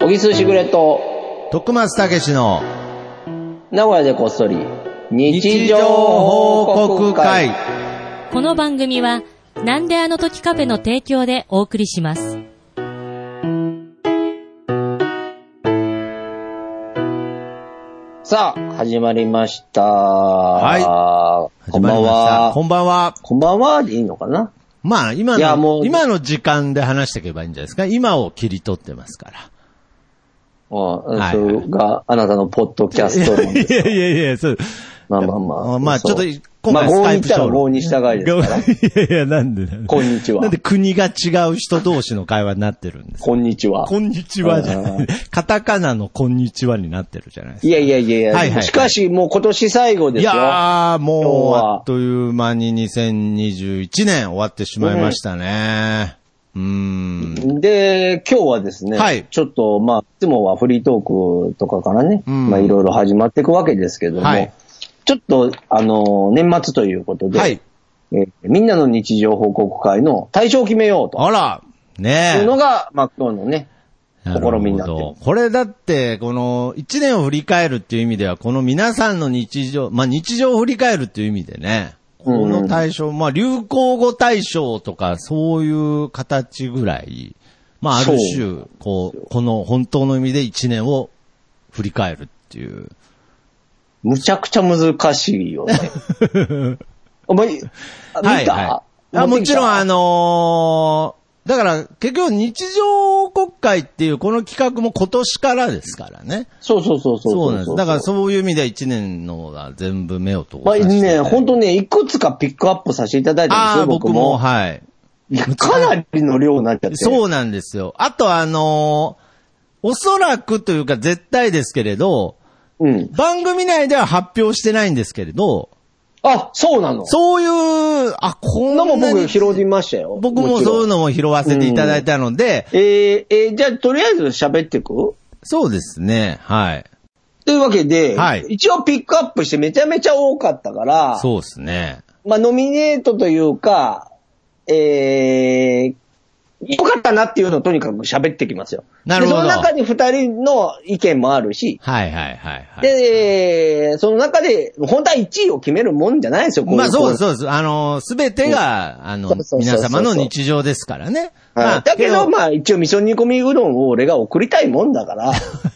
小木須しぐれと徳松たけしの名古屋でこっそり日常報告会。 この番組はなんであの時カフェの提供でお送りします。 さあ始まりました。 はい。 こんばんは。 こんばんは。 こんばんはでいいのかな。 まあ今の時間で話していけばいいんじゃないですか。今を切り取ってますから。 それがあなたのポッドキャストなんですか。 いや、そう。 まあちょっと今回スカイプショー。合に従いですから。 いや、なんでこんにちは。 なんで国が違う人同士の会話になってるんですか。 こんにちは。 こんにちはじゃない。カタカナのこんにちはになってるじゃないですか。 いや、はい。しかしもう今年最後ですよ。 いやー、もうあっという間に2021年終わってしまいましたね。 で、今日はですね、はい、ちょっと、いつもはフリートークとかからね、いろいろ始まっていくわけですけども、はい、ちょっと、年末ということで、はい、みんなの日常報告会の対象を決めようと。 あら、ねえ。 いうのが、今日のね、試みになってる。 これだって、この1年を振り返るっていう意味では、この皆さんの日常を振り返るっていう意味でね、この対象、流行語大賞とか、そういう形ぐらい、ある種、この本当の意味で一年を振り返るっていう。 むちゃくちゃ難しいよね。お前、見た？ はい、もちろんだから結局日常国会っていうこの企画も今年からですからね。 そう。 そうなんです。だからそういう意味では1年のが全部目を通して、 ね、本当ね、いくつかピックアップさせていただいたんですよ、僕も。 はい。 いや、かなりの量になっちゃって。 そうなんですよ。あとおそらくというか絶対ですけれど、番組内では発表してないんですけれど、 そうなの。 そういう、こんなも僕拾いましたよ。 僕もそういうのも拾わせていただいたので。 じゃあとりあえず喋っていく？ そうですね。はい。 というわけで、 はい、 一応ピックアップしてめちゃめちゃ多かったから。 そうですね。 ノミネートというか、よかったなっていうのをとにかく喋ってきますよ。 なるほど。 で、その中に2人の意見もあるし。 はい。 で、その中で、本当は1位を決めるもんじゃないですよ、 そうです。すべてが、皆様の日常ですからね。 だけど、一応味噌煮込みうどんを俺が送りたいもんだから。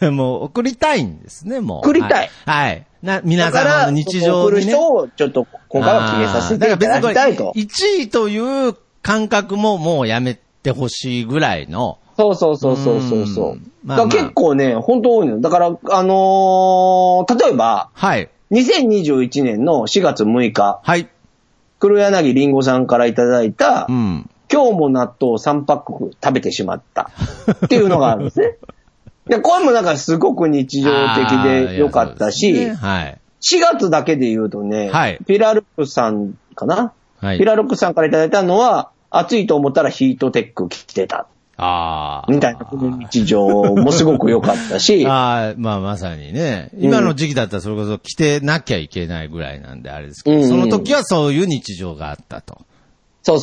もう送りたいんですね、もう。 送りたい。 はい。皆様の日常にね。 送る人をちょっと今回は決めさせていただきたいと。 1位という感覚ももうやめてほしいぐらいの。 そう。だから結構ね、本当多いの。だから、例えば、 はい。 2021年の4月6日。 はい。 黒柳りんごさんからいただいた、今日も納豆3パック食べてしまった。っていうのがあるんですね。で、これもなんかすごく日常的で良かったし、 はい。 4月だけで言うとね、 はい。 ピラルクさんかな、 はい。 ピラルクさんからいただいたのは、暑いと思ったらヒートテック着てた。みたいなこの日常もすごく良かったし。 まさにね。今の時期だったらそれこそ着てなきゃいけないぐらいなんであれですけど、その時はそういう日常があったと。 そう。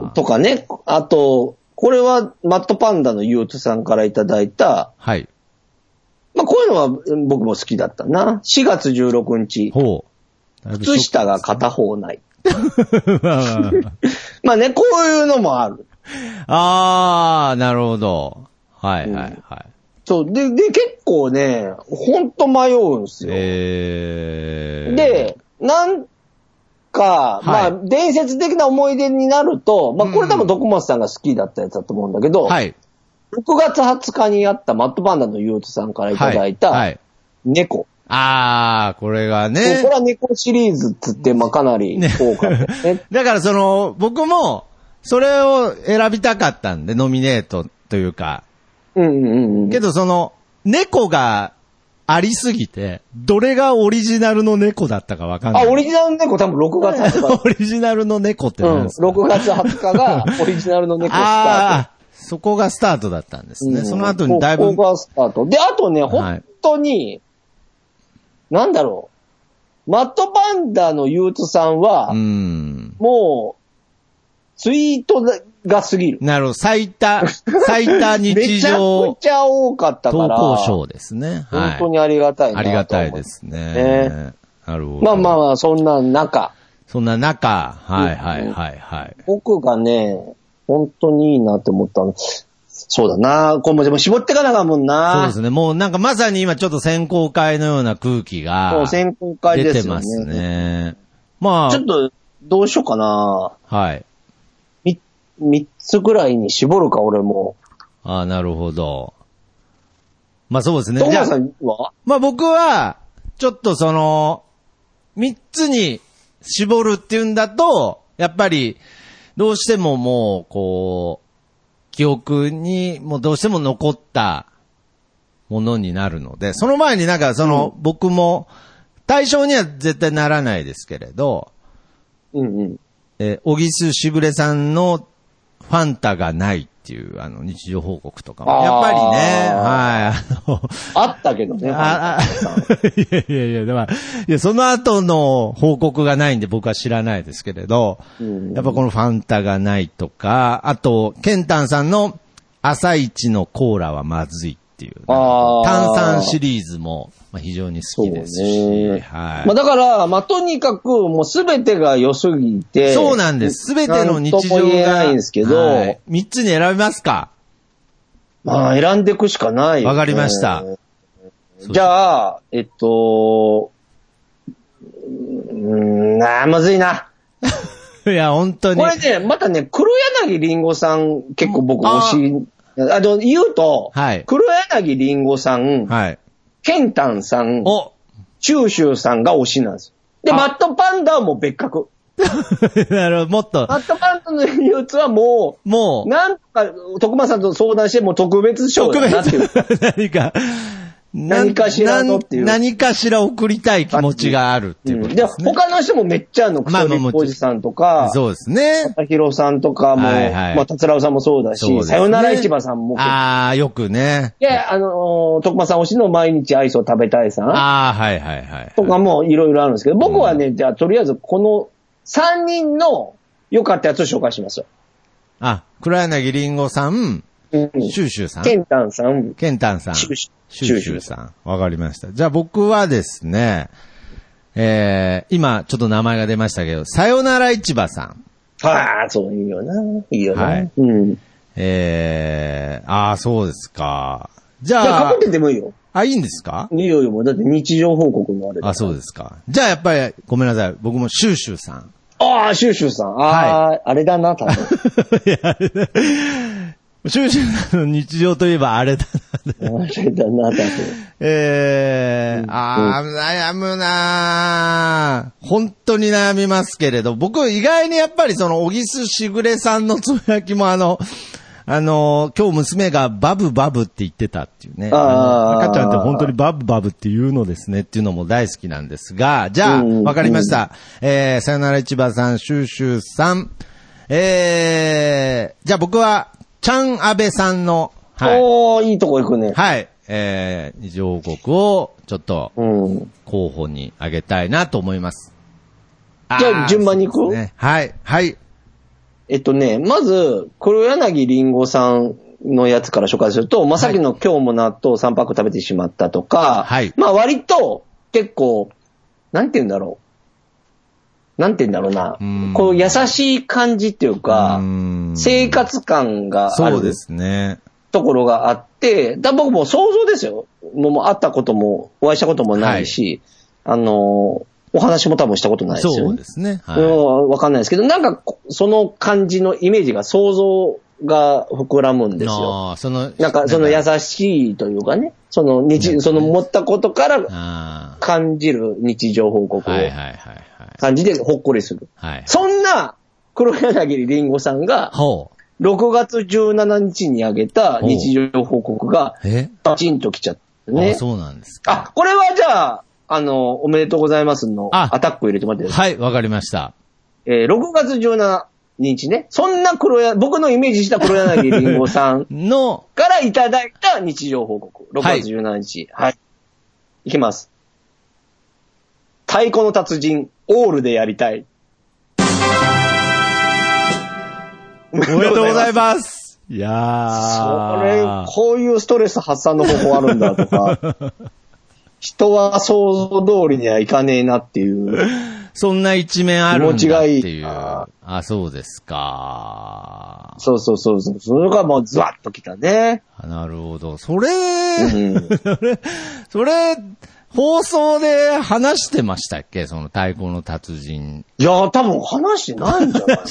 とかね。あと、これはマットパンダのユートさんからいただいた。 はい。 こういうのは僕も好きだったな。4月16日。靴下が片方ない。ね、こういうのもある。 なるほど。はい。 そう。で、結構ね、ほんと迷うんですよ。で、なんか、伝説的な思い出になると、これ多分徳松さんが好きだったやつだと思うんだけど、 はい。 6月20日にあったマットパンダのユートさんからいただいた、猫。 これがね。 これは猫シリーズっつって、かなり多かったね。 だから僕も、それを選びたかったんで、ノミネートというか。けど猫がありすぎて、どれがオリジナルの猫だったかわかんない。 オリジナルの猫多分6月20日。 オリジナルの猫って何ですか？ 6月20日がオリジナルの猫スタート。 そこがスタートだったんですね。その後にだいぶ。 ここがスタート。で、あとね、本当に、なんだろう。マットパンダのユートさんは、もう、ツイートが過ぎる。 なるほど。最多日常。 めちゃくちゃ多かったから。 投稿賞ですね。 はい。本当にありがたいなと。 ありがたいですね。なるほど。 まあ、そんな中。 はいはいはいはい。 僕がね、本当にいいなって思ったの。そうだな。これもでも絞ってかなかもんな。 そうですね。もうなんかまさに今ちょっと選考会のような空気が選考会ですよね。 出てますね。まあ。 ちょっと、どうしようかな。 はい。 3つぐらいに絞るか、俺も。 ああ、なるほど。まあそうですね。 トマさんは？ まあ僕は、ちょっと3つに絞るっていうんだと、やっぱり、どうしてももう、記憶にもうどうしても残ったものになるので、その前になんか僕も対象には絶対ならないですけれど、小木須しぐれさんのファンタがないっていう日常報告とかも、やっぱりね、はい、 あったけどね。いや、でも、その後の報告がないんで僕は知らないですけれど、やっぱこのファンタがないとか、あと、ケンタンさんの朝一のコーラはまずいっていう、炭酸シリーズも非常に好きですし、はい。 まあだから、とにかくもうすべてが良すぎて、 そうなんです。すべての日常が。 言えないんですけど、はい、 3つに選びますか？ まあ選んでいくしかないよね。 わかりました。 じゃあ、まずいな。 いや、本当に。 これね、またね、黒柳りんごさん結構僕推し、言うと、はい、黒柳りんごさん、はい、ケンタンさん、チューシューさんが推しなんです。で、マットパンダはもう別格。 なるほど、もっと。 マットパンダのやつはもう、なんとか、徳間さんと相談して、もう特別賞だなっていう。何かしらのっていう。 何かしら送りたい気持ちがあるっていうことですね。 他の人もめっちゃクソリッポジさんとか、 そうですね。 片広さんとかも、達郎さんもそうだし、さよなら市場さんも。 よくね。 で、徳間さん推しの毎日アイスを食べたいさん。 はいはいはい。 とかもいろいろあるんですけど、僕はね、じゃあとりあえずこの3人の良かったやつを紹介しますよ。 黒柳りんごさん、シューシューさん。 ケンタンさん。 シューシューさん。わかりました。じゃあ僕はですね、今ちょっと名前が出ましたけど、さよなら市場さん。 そういいよな。いいよな。はい。 そうですか。じゃあ。 かけててもいいよ。 いいんですか？ いいよ、もうだって日常報告もある。 そうですか。じゃあやっぱり、ごめんなさい。僕もシューシューさん。 シューシューさん。あれだな、多分。 シューシューさんの日常といえばあれだな。 あれだな、多分。 悩むな本当に悩みますけれど、僕意外にやっぱり小木須しぐれさんのつぶやきも今日娘がバブバブって言ってたっていうね。赤ちゃんって本当にバブバブって言うのですねっていうのも大好きなんですが、じゃあ、わかりました。さよなら市場さん、シューシューさん。じゃあ僕は、チャンアベさんの、 いいとこ行くね。 はい。二条報告を、ちょっと、候補に挙げたいなと思います。 じゃあ、順番に行く？ はい。はい。 まず、黒柳りんごさんのやつから紹介すると、さっきの今日も納豆3パック食べてしまったとか、割と結構、なんて言うんだろうな。こう優しい感じっていうか、生活感がある。 そうですね。 ところがあって、僕も想像ですよ。もう会ったことも、お会いしたこともないし、お話も多分したことないですよね。 そうですね。 わかんないですけど、なんか、その感じのイメージが想像が膨らむんですよ。なんか、その優しいというかね、その持ったことから感じる日常報告を感じでほっこりする。そんな黒柳りんごさんが、6月17日にあげた日常報告が、バチンと来ちゃってね。 そうなんですか。 これはじゃあ、おめでとうございますのアタックを入れてもらっていいですか？ はい、わかりました。 6月17日ね、そんな僕のイメージした黒柳りんごさんのからいただいた日常報告。6月17日。はい。いきます。太鼓の達人、オールでやりたい。 おめでとうございます。いやー。 こういうストレス発散の方法あるんだとか、人は想像通りにはいかねえなっていう。 そんな一面あるんだっていう。あ、そうですか。 そう。それがもうズワッときたね。 なるほど。それ、放送で話してましたっけ？その太鼓の達人。 いや、多分話してないんじゃないか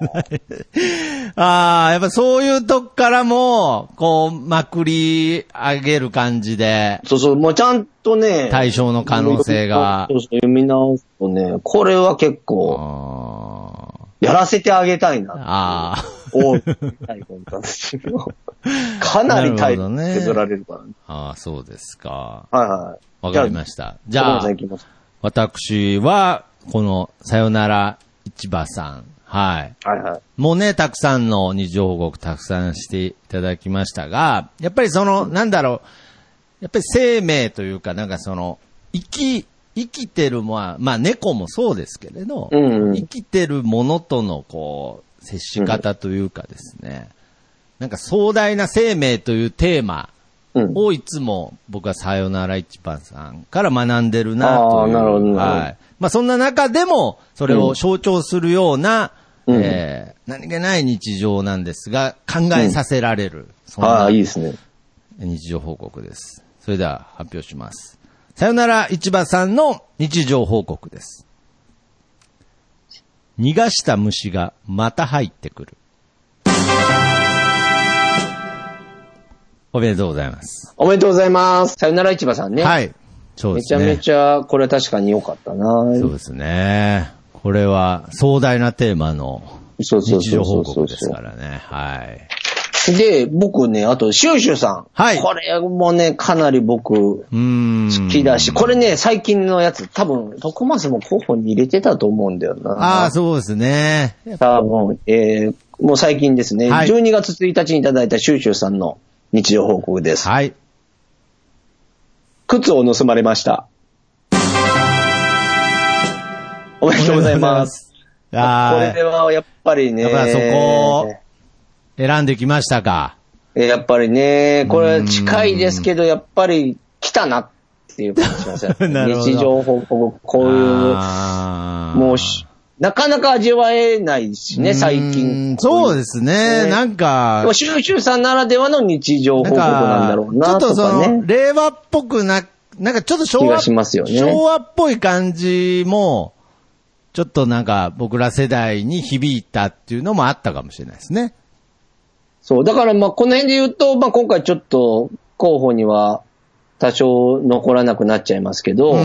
な。やっぱそういうとこからも、こう、まくり上げる感じで。 そう、もうちゃんとね。 対象の可能性が。 読み直すとね、これは結構、やらせてあげたいな。太鼓の達人を。かなり体力削られるからね。 そうですか。 はい。 わかりました。じゃあ、私は、この、さよなら市場さん。はい。もうね、たくさんの日常報告たくさんしていただきましたが、やっぱりその、やっぱり生命というか、生きてるものは、まあ猫もそうですけれど、生きてるものとのこう、接し方というかですね、壮大な生命というテーマ、をいつも僕はさよなら一番さんから学んでるなという。 なるほど。 はい。まあそんな中でもそれを象徴するような、何気ない日常なんですが考えさせられる。 いいですね。 日常報告です。それでは発表します。さよなら市場さんの日常報告です。逃がした虫がまた入ってくる。おめでとうございます。 おめでとうございます。さよなら市場さんね。 はい。そうですね。 めちゃめちゃ、これは確かに良かったな。 そうですね。これは壮大なテーマの日常報告ですからね。はい。 で、僕ね、あと、シュウシュウさん。 はい。 これもね、かなり僕、好きだし、これね、最近のやつ、多分、徳松も候補に入れてたと思うんだよな。 そうですね。 多分、もう最近ですね、はい、12月1日にいただいたシュウシュウさんの日常報告です。 はい。 靴を盗まれました。おめでとうございます。これはやっぱりね。 やっぱそこを選んできましたか。 やっぱりね、これ近いですけど、やっぱり来たなっていう感じしますよね。日常報告、こういう、もう、なかなか味わえないしね、最近。 そうですね。 シュウシュウさんならではの日常報告なんだろうなとかね。ちょっとその、 令和っぽくちょっと昭和っぽい感じも、ちょっと僕ら世代に響いたっていうのもあったかもしれないですね。 そう。だからこの辺で言うと、今回ちょっと候補には多少残らなくなっちゃいますけど、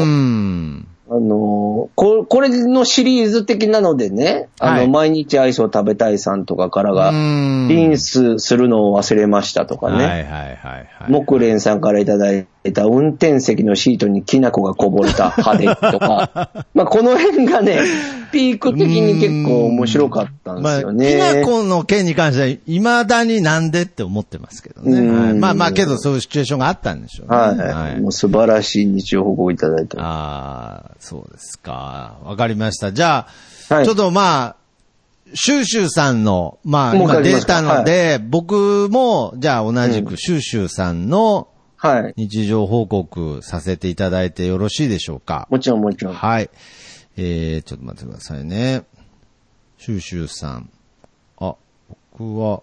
これのシリーズ的なのでね、毎日アイスを食べたいさんとかからが、リンスするのを忘れましたとかね。木蓮さんからいただいた運転席のシートにきな粉がこぼれた派手とか、この辺がね、ピーク的に結構面白かったんですよね。 きな粉の件に関しては、未だになんでって思ってますけどね。けどそういうシチュエーションがあったんでしょうね。 もう素晴らしい日常報告いただいた。 そうですか。わかりました。じゃあ、ちょっとシュウシュウさんの、今出たので、僕も、じゃあ同じくシュウシュウさんの日常報告させていただいてよろしいでしょうか。 もちろん。 はい。ちょっと待ってくださいね。シュウシュウさん。僕は、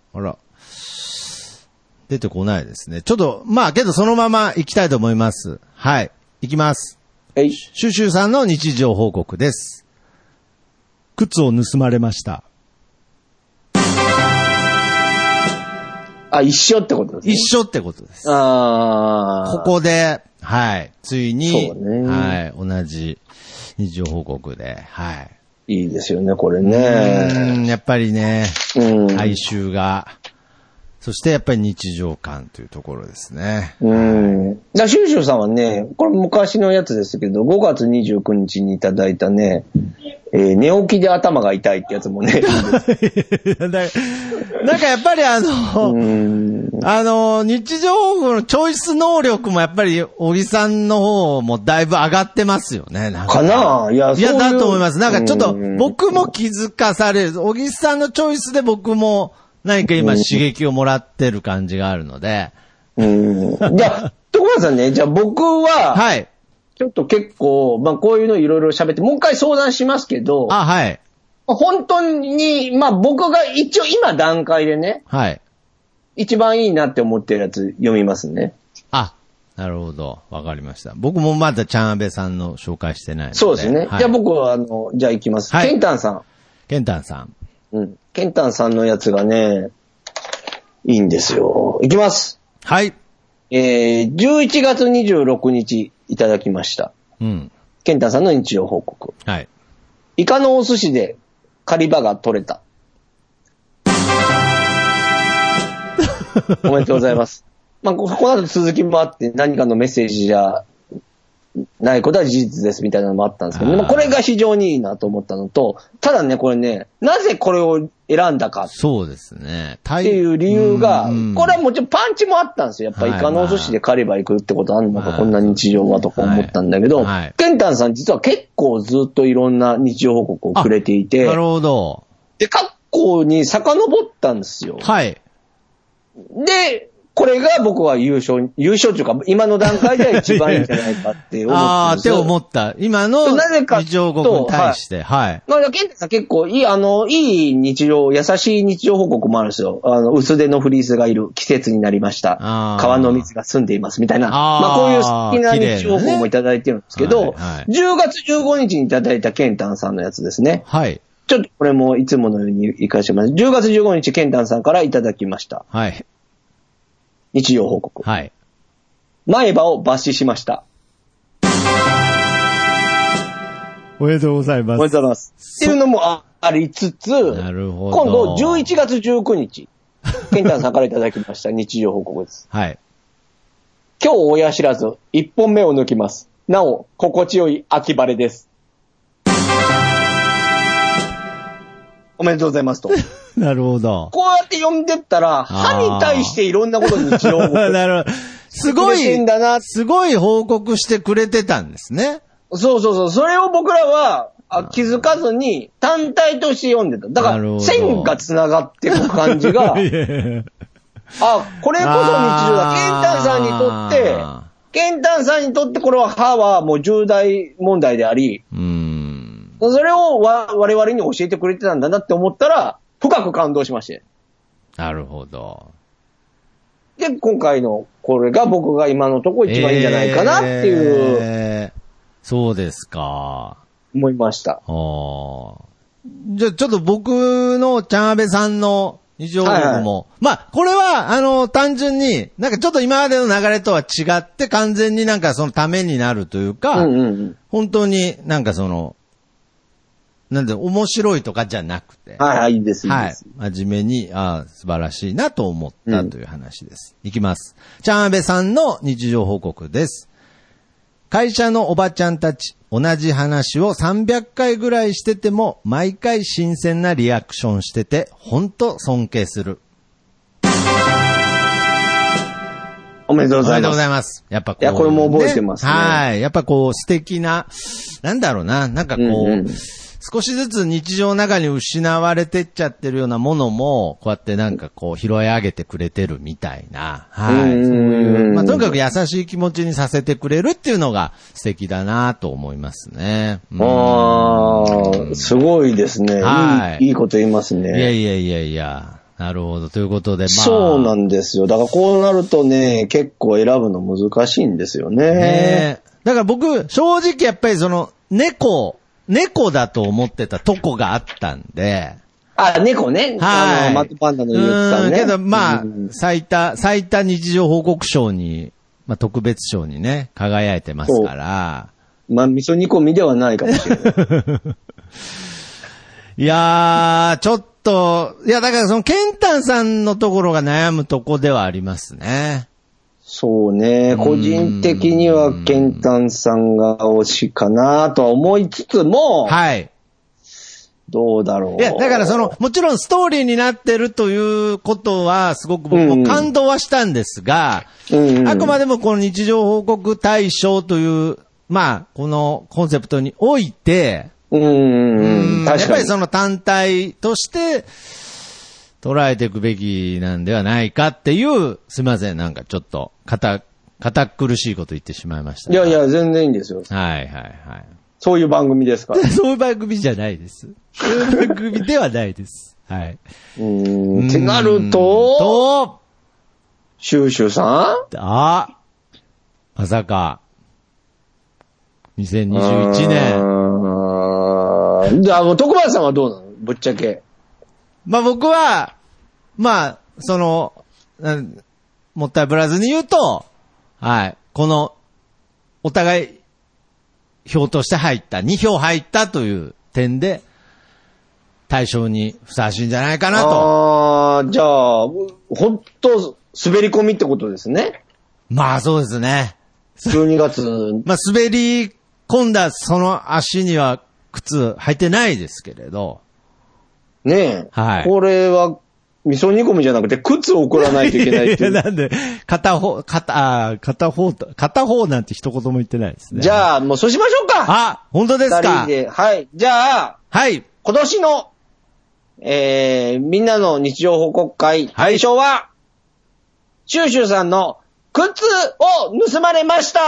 出てこないですね。ちょっと、けどそのまま行きたいと思います。はい。行きます。シュウシュウさんの日常報告です。靴を盗まれました。 一緒ってことですね。 一緒ってことです。ここで、ついに、同じ日常報告で、 いいですよね、これね。 やっぱりね、哀愁がそしてやっぱり日常感というところですね。 シューシューさんはね、これ昔のやつですけど、5月29日にいただいたね、寝起きで頭が痛いってやつもね。 なんかやっぱり日常保護のチョイス能力もやっぱり、小木さんの方もだいぶ上がってますよね。なんかな？いや、 だと思います。なんかちょっと、僕も気づかされる。小木さんのチョイスで僕も何か今刺激をもらってる感じがあるので。 じゃあ、所さんね、じゃあ僕は、 はい。 ちょっと結構、まあこういうのいろいろ喋って、もう一回相談しますけど、 はい。 本当に、まあ僕が一応今段階でね、 はい。 一番いいなって思ってるやつ読みますね。 なるほど。わかりました。僕もまだちゃんあべさんの紹介してないので。 そうですね。 はい、 じゃあ僕はじゃあ行きます。はい、ケンタンさん。 ケンタンさん。 ケンタンさんのやつがね、いいんですよ。行きます。 はい。 11月26日いただきました。ケンタンさんの日常報告。 はい。 イカのお寿司で狩り場が取れた。おめでとうございます。まあ、この後続きもあって何かのメッセージじゃないことは事実ですみたいなのもあったんですけど、これが非常にいいなと思ったのと、ただね、これね、なぜこれを選んだか。 そうですね。 っていう理由が、これはもちろんパンチもあったんですよ。やっぱイカのお寿司で狩り場行くってことあんのか、こんな日常はとか思ったんだけど、ケンタンさん実は結構ずっといろんな日常報告をくれていて、 なるほど。 で、過去に遡ったんですよ。 はい。 で、これが僕は優勝というか、今の段階では一番いいんじゃないかって思ってって思った。今の日常報告に対して。はい。 まあ、ケンタさん結構いい、いい日常、優しい日常報告もあるんですよ。薄手のフリースがいる季節になりました。川の水が澄んでいますみたいな。まあ、こういう素敵な日常報告もいただいてるんですけど、10月15日にいただいたケンタンさんのやつですね。 はい。 ちょっとこれもいつものように活かしてます。10月15日ケンタンさんからいただきました。 はい。 日常報告。 はい。 前歯を抜歯しました。 おめでとうございます。 おめでとうございます。っていうのもありつつ、 なるほど。 今度11月19日、ケンタンさんからいただきました日常報告です。 はい。 今日親知らず1本目を抜きます。なお、心地よい秋晴れです。おめでとうございますと。 なるほど。 こうやって読んでったら、歯に対していろんなことに日常報告。 なるほど。すごい報告してくれてたんですね。 そうそうそう。それを僕らは気づかずに単体として読んでた。だから、線が繋がっていく感じが、これこそ日常だ。ケンタンさんにとってこれは歯はもう重大問題であり、それを我々に教えてくれてたんだなって思ったら、深く感動しまして。 なるほど。 で、今回のこれが僕が今のところ一番いいんじゃないかなっていう。 そうですか。 思いました。 じゃあちょっと僕のちゃんあべさんの日常報告も、まあ、これは、単純に、なんかちょっと今までの流れとは違って、完全になんかそのためになるというか、本当になんかなんで、面白いとかじゃなくて。 はい、いいです、いいです。はい。真面目に、素晴らしいなと思ったという話です。いきます。ちゃんあべさんの日常報告です。会社のおばちゃんたち、同じ話を300回ぐらいしてても、毎回新鮮なリアクションしてて、ほんと尊敬する。 おめでとうございます。 おめでとうございます。やっぱいや、これも覚えてますね。 はい。やっぱ素敵な、なんだろうな、なんか少しずつ日常の中に失われてっちゃってるようなものも、こうやってなんか拾い上げてくれてるみたいな。はい。そういう、まあ、とにかく優しい気持ちにさせてくれるっていうのが素敵だなと思いますね。 すごいですね。はい。いいこと言いますね。 いや。なるほど。ということで、 そうなんですよ。だからこうなるとね、結構選ぶの難しいんですよね。 だから僕、正直やっぱり猫だと思ってたとこがあったんで。 猫ね。 はい。 マットパンダの言ってたね。 けど、最多日常報告賞に、特別賞にね、輝いてますから。 味噌煮込みではないかもしれない。 いやー、ちょっと、いや、だからその、ケンタンさんのところが悩むとこではありますね。 そうね。個人的にはケンタンさんが推しかなとは思いつつも、 はい。 どうだろう。 いや、だからその、もちろんストーリーになってるということは、すごく僕も感動はしたんですが、あくまでもこの日常報告対象という、まあ、このコンセプトにおいて、 確かに。 やっぱりその単体として捉えていくべきなんではないかっていう、すみません、なんかちょっと堅苦しいこと言ってしまいました。 いやいや、全然いいんですよ。 はいはいはい。 そういう番組ですから。 そういう番組じゃないです。そういう番組ではないです。はい。 ってなると、シュウシュさん？ まさか、2021年。 じゃあ、徳松さんはどうなの？ぶっちゃけ。 まあ僕は、まあ、その、もったいぶらずに言うと、はい、この、お互い、票として入った、2票入ったという点で、対象にふさわしいんじゃないかなと。 じゃあ、ほんと、滑り込みってことですね。 まあそうですね。 12月。 まあ滑り込んだその足には靴履いてないですけれど。 ねえ。 はい。 これは、味噌煮込みじゃなくて靴を送らないといけないっていう。 なんで、片方なんて一言も言ってないですね。 じゃあ、もうそうしましょうか。 本当ですか。 2人で。はい。じゃあ、 はい。 今年の、みんなの日常報告会対象は、シュウシュウさんの靴を盗まれました。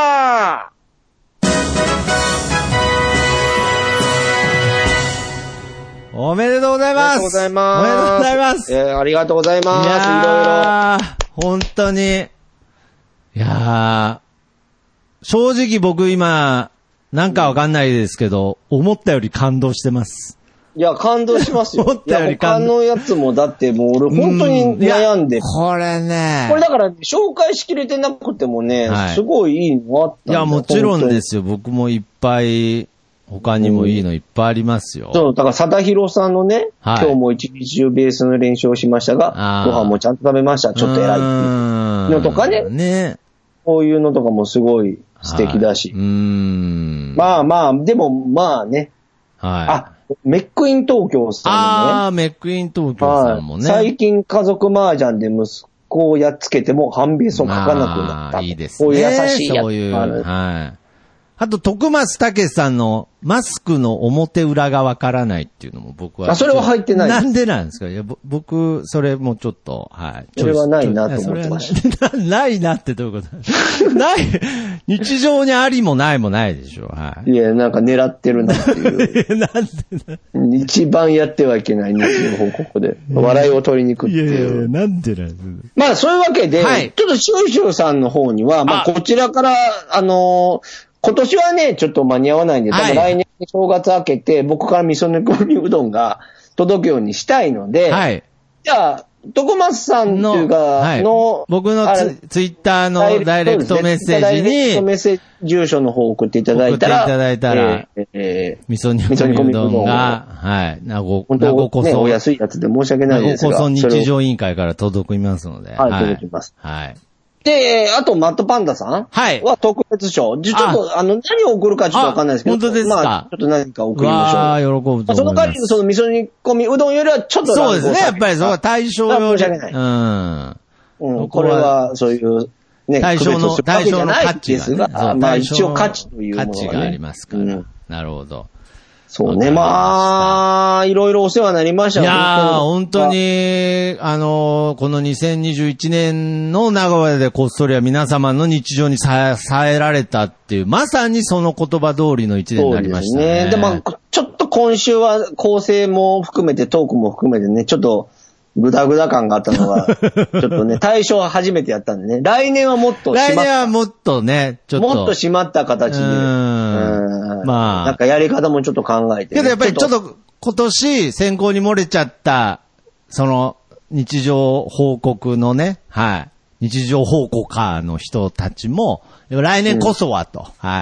おめでとうございます。 ありがとうございます。 おめでとうございます。 ありがとうございます。 いろいろ。本当に。いやー、正直僕今、なんかわかんないですけど、思ったより感動してます。 いや、感動しますよ。 思ったより他のやつもだってもう俺本当に悩んで。 これね。 これだから紹介しきれてなくてもね、はい、すごいいいのあったんだ。 いや、もちろんですよ。僕もいっぱい、他にもいいのいっぱいありますよ。 そう、だから佐田弘さんのね、はい、今日も一日中ベースの練習をしましたが、ご飯もちゃんと食べました。ちょっと偉いっていうのとかね。 ね。 こういうのとかもすごい素敵だし。 はい、 まあまあ、でもまあね。 はい。 メックイン東京さんね。 メックイン東京さんもね。 最近家族麻雀で息子をやっつけても半ベースを書かなくなった。 いいですね。 こういう優しいやつ。 そういう。はい。あと、徳松武さんのマスクの表裏がわからないっていうのも僕は。 それは入ってない。 なんでなんですか？いや僕、それもちょっと、はい。 それはないなと思ってました。 ないなってどういうことない、日常にありもないもないでしょ。はい。 いや、なんか狙ってるなっていう。なんで一番やってはいけない日常報告で。笑いを取りに行くっていう。 いや、なんでなんですか？ まあ、そういうわけで、はい、ちょっとシュウシュウさんの方には、まあ、こちらから、今年はね、ちょっと間に合わないんで、多分来年正月明けて、僕から味噌煮込みうどんが届くようにしたいので、 はい。 じゃあ、徳松さんというか、 はい、僕のツイッターのダイレクトメッセージに、ダイレクトメッセージ住所の方を送っていただいたら、 味噌煮込みうどんが、はい、名古こそ、 お安いやつで申し訳ないですが、 名古こそ日常委員会から届きますので、 はい、届きます。 はい。 で、あと、マットパンダさんは特別賞。ちょっと、何を送るかちょっとわかんないですけど。 本当ですか？ まあ、ちょっと何か送りましょう。 わー、喜ぶと思います。 その代わり、その味噌煮込みうどんよりはちょっとそうですね、やっぱりそこは対象より。 申し訳ない。これは、そういう、ね、 対象の価値ですが、まあ、一応価値というもの価値がありますから。なるほど。 そうね。まあ、いろいろお世話になりました。 いやー、本当に、この2021年の名古屋でこっそりは皆様の日常に支えられたっていう、まさにその言葉通りの一年になりましたね。そうですね。 で、まあ、ちょっと今週は構成も含めて、トークも含めてね、ちょっと、ぐだぐだ感があったのが、ちょっとね、対象は初めてやったんでね。来年はもっと来年はもっとね、ちょっと。 もっと締まった形で。 まあ。 なんかやり方もちょっと考えて、 けどやっぱりちょっと今年選考に漏れちゃった、その日常報告のね、はい。日常報告家の人たちも、来年こそはと、はい。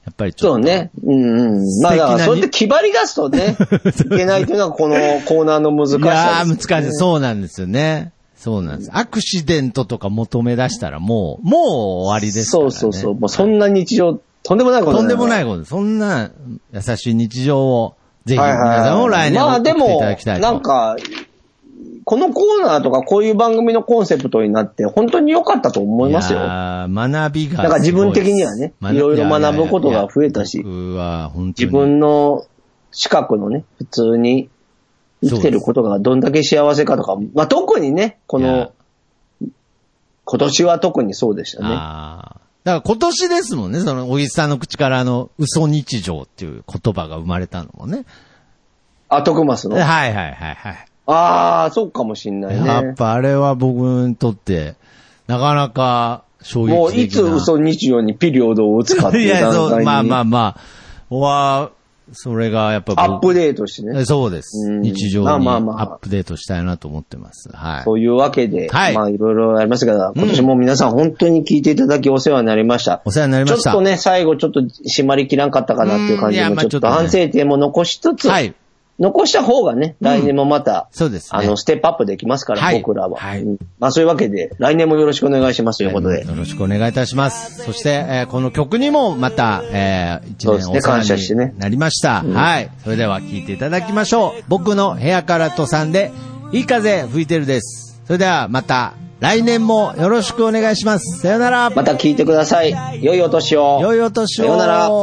やっぱりちょっと。 そうね。まあだから、そうやって気張り出すとね、いけないというのがこのコーナーの難しさです、ね。いやー、難しい。そうなんですよね。そうなんです。アクシデントとか求め出したらもう終わりですからね。 そう。もうそんな日常、とんでもないこと。 とんでもないこと。そんな優しい日常を、ぜひ皆さんも来年送っていただきたいと。 まあでも、なんか、このコーナーとかこういう番組のコンセプトになって本当に良かったと思いますよ。 学びが。 だから自分的にはね、いろいろ学ぶことが増えたし、自分の資格のね、普通に生きてることがどんだけ幸せかとか、まあ特にね、今年は特にそうでしたね。 だから今年ですもんね、その、小木さんの口から嘘日常っていう言葉が生まれたのもね。 徳増の。 はい。 そうかもしんないね。 やっぱあれは僕にとって、なかなか衝撃的な。 もういつ嘘日常にピリオドを打つかっていう段階に。いや、そう、 まあ。それがやっぱアップデートしてね。 そうです。日常にアップデートしたいなと思ってます。はい。 そういうわけで、まあいろいろありますが、今年も皆さん本当に聞いていただきお世話になりました。 お世話になりました。 ちょっとね、最後ちょっと締まりきらんかったかなっていう感じで、ちょっと反省点も残しつつ、残した方がね、来年もまた、 そうですね。 ステップアップできますから、僕らは。まあそういうわけで、来年もよろしくお願いしますということで。 よろしくお願いいたします。そして、この曲にもまた、一年お世話になりました。はい。それでは聴いていただきましょう。僕の部屋からとさんで、いい風吹いてるです。それではまた、来年もよろしくお願いします。さよなら。 また聴いてください。良いお年を。 良いお年を。 さよなら。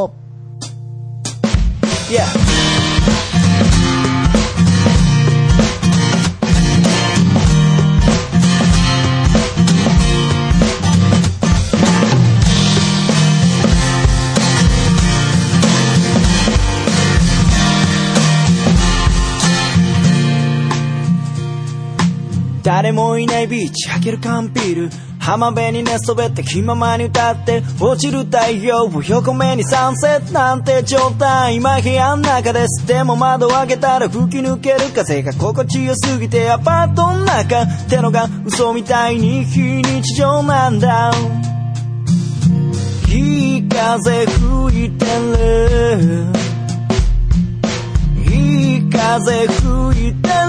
誰もいないビーチ開ける缶ビール浜辺に寝そべって気ままに歌って落ちる太陽を横目にサンセットなんて状態今部屋の中ですでも窓を開けたら吹き抜ける風が心地よすぎてアパートの中ってのが嘘みたいに非日常なんだいい風吹いてるいい風吹いてる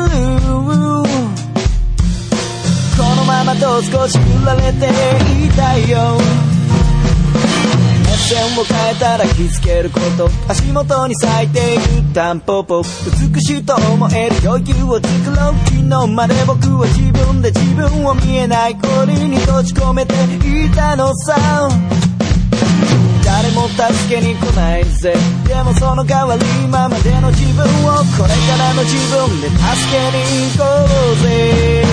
このままと少し振られていたいよ目線を変えたら気づけること足元に咲いているタンポポ美しいと思える余裕を作ろう昨日まで僕は自分で自分を見えない氷に閉じ込めていたのさ誰も助けに来ないぜでもその代わり今までの自分をこれからの自分で助けに行こうぜ